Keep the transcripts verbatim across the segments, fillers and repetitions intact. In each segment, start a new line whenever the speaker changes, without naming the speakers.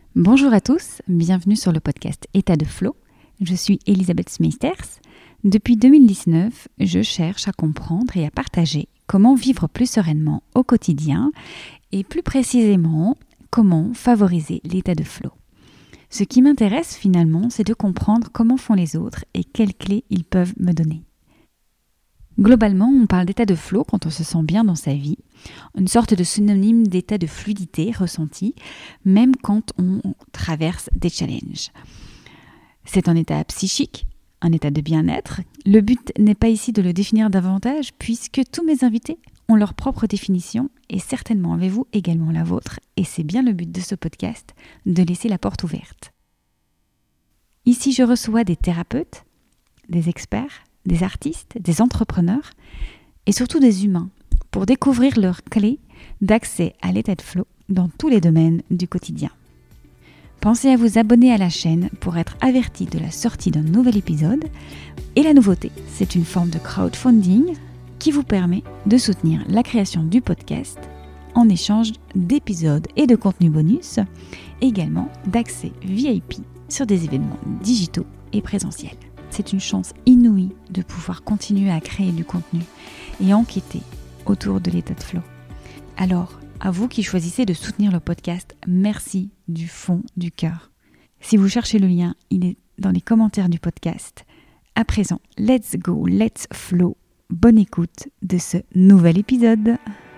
Bonjour à tous, bienvenue sur le podcast État de Flow. Je suis Elisabeth Smeisters. Depuis deux mille dix-neuf, je cherche à comprendre et à partager comment vivre plus sereinement au quotidien et plus précisément, comment favoriser l'état de flow. Ce qui m'intéresse finalement, c'est de comprendre comment font les autres et quelles clés ils peuvent me donner. Globalement, on parle d'état de flow quand on se sent bien dans sa vie, une sorte de synonyme d'état de fluidité ressenti, même quand on traverse des challenges. C'est un état psychique, un état de bien-être. Le but n'est pas ici de le définir davantage, puisque tous mes invités ont leur propre définition, et certainement avez-vous également la vôtre, et c'est bien le but de ce podcast, de laisser la porte ouverte. Ici, je reçois des thérapeutes, des experts, des artistes, des entrepreneurs et surtout des humains pour découvrir leurs clés d'accès à l'état de flow dans tous les domaines du quotidien. Pensez à vous abonner à la chaîne pour être averti de la sortie d'un nouvel épisode. Et la nouveauté, c'est une forme de crowdfunding qui vous permet de soutenir la création du podcast en échange d'épisodes et de contenus bonus, également d'accès V I P sur des événements digitaux et présentiels. C'est une chance inouïe de pouvoir continuer à créer du contenu et enquêter autour de l'état de flow. Alors, à vous qui choisissez de soutenir le podcast, merci du fond du cœur. Si vous cherchez le lien, il est dans les commentaires du podcast. À présent, let's go, let's flow. Bonne écoute de ce nouvel épisode.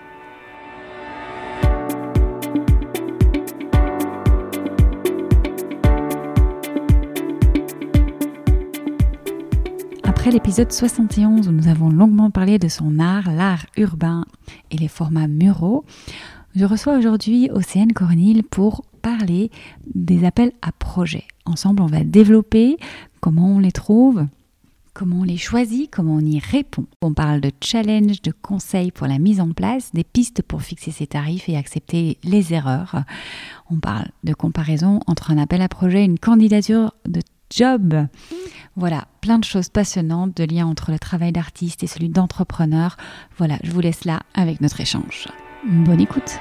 Après l'épisode soixante et onze où nous avons longuement parlé de son art, l'art urbain et les formats muraux, je reçois aujourd'hui Océane Cornille pour parler des appels à projets. Ensemble, on va développer comment on les trouve, comment on les choisit, comment on y répond. On parle de challenge, de conseils pour la mise en place, des pistes pour fixer ses tarifs et accepter les erreurs. On parle de comparaison entre un appel à projet et une candidature de job. Voilà, plein de choses passionnantes, de liens entre le travail d'artiste et celui d'entrepreneur. Voilà, je vous laisse là avec notre échange. Bonne écoute.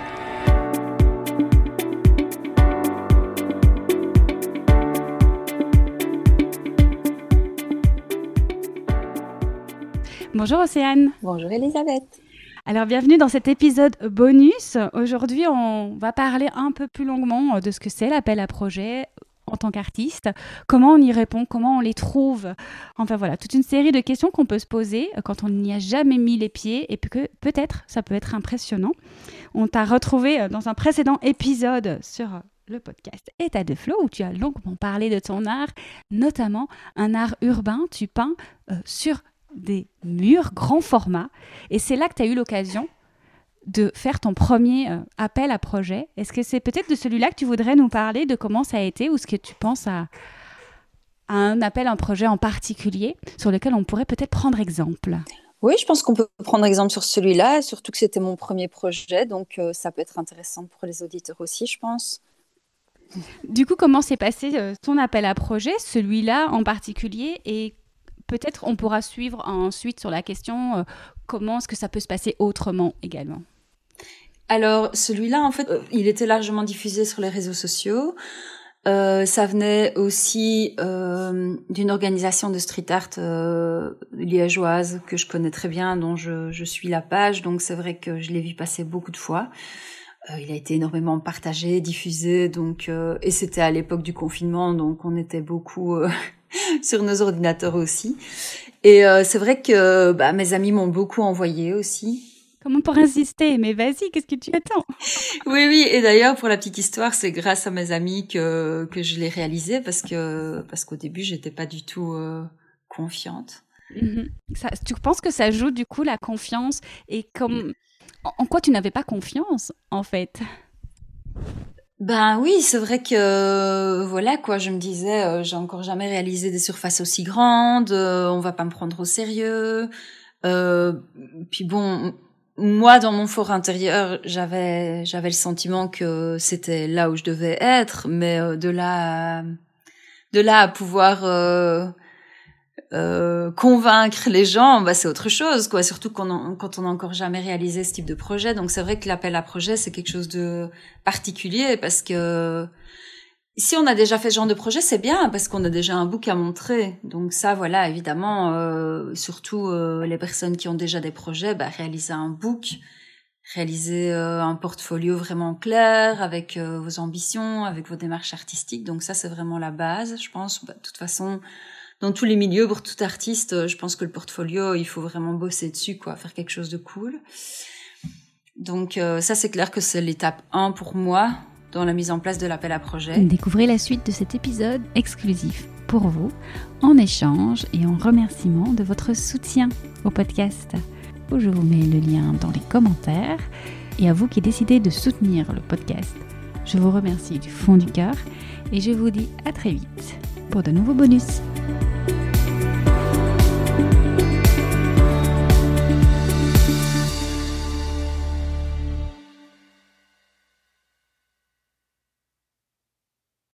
Bonjour Océane.
Bonjour Elisabeth.
Alors bienvenue dans cet épisode bonus. Aujourd'hui, on va parler un peu plus longuement de ce que c'est l'appel à projet en tant qu'artiste, comment on y répond, comment on les trouve. Enfin voilà, toute une série de questions qu'on peut se poser quand on n'y a jamais mis les pieds et que peut-être ça peut être impressionnant. On t'a retrouvé dans un précédent épisode sur le podcast État de Flow où tu as longuement parlé de ton art, notamment un art urbain. Tu peins euh, sur des murs grand format et c'est là que tu as eu l'occasion de faire ton premier euh, appel à projet. Est-ce que c'est peut-être de celui-là que tu voudrais nous parler, de comment ça a été, ou est-ce que tu penses à, à un appel à un projet en particulier sur lequel on pourrait peut-être prendre exemple?
Oui, je pense qu'on peut prendre exemple sur celui-là, surtout que c'était mon premier projet, donc euh, ça peut être intéressant pour les auditeurs aussi, je pense.
Du coup, comment s'est passé euh, ton appel à projet, celui-là en particulier, et peut-être on pourra suivre ensuite sur la question euh, comment est-ce que ça peut se passer autrement également?
Alors, celui-là, en fait, euh, il était largement diffusé sur les réseaux sociaux. Euh, ça venait aussi euh, d'une organisation de street art euh, liégeoise que je connais très bien, dont je, je suis la page. Donc, c'est vrai que je l'ai vu passer beaucoup de fois. Euh, il a été énormément partagé, diffusé. Donc, euh, et c'était à l'époque du confinement, donc on était beaucoup euh, sur nos ordinateurs aussi. Et euh, c'est vrai que bah, mes amis m'ont beaucoup envoyé aussi.
Comment pour insister? Mais vas-y, qu'est-ce que tu attends?
Oui, oui. Et d'ailleurs, pour la petite histoire, c'est grâce à mes amis que que je l'ai réalisé parce que parce qu'au début, j'étais pas du tout euh, confiante.
Mm-hmm. Ça, tu penses que ça joue du coup la confiance et comme en, en quoi tu n'avais pas confiance en fait?
Ben oui, c'est vrai que voilà quoi. Je me disais, euh, j'ai encore jamais réalisé des surfaces aussi grandes. Euh, on va pas me prendre au sérieux. Euh, puis bon. Moi, dans mon fort intérieur, j'avais j'avais le sentiment que c'était là où je devais être, mais euh, de là à, de là à pouvoir euh, euh, convaincre les gens, bah c'est autre chose, quoi. Surtout quand on, quand on n'a encore jamais réalisé ce type de projet. Donc c'est vrai que l'appel à projet c'est quelque chose de particulier parce que Si on a déjà fait ce genre de projet, c'est bien parce qu'on a déjà un book à montrer. Donc ça, voilà, évidemment, euh, surtout euh, les personnes qui ont déjà des projets, bah, réaliser un book, réaliser euh, un portfolio vraiment clair avec euh, vos ambitions, avec vos démarches artistiques. Donc ça, c'est vraiment la base, je pense. Bah, de toute façon, dans tous les milieux, pour tout artiste, je pense que le portfolio, il faut vraiment bosser dessus, quoi, faire quelque chose de cool. Donc euh, ça, c'est clair que c'est l'étape un pour moi dans la mise en place de l'appel à projet.
Découvrez la suite de cet épisode exclusif pour vous, en échange et en remerciement de votre soutien au podcast. Je vous mets le lien dans les commentaires. Et à vous qui décidez de soutenir le podcast, je vous remercie du fond du cœur et je vous dis à très vite pour de nouveaux bonus.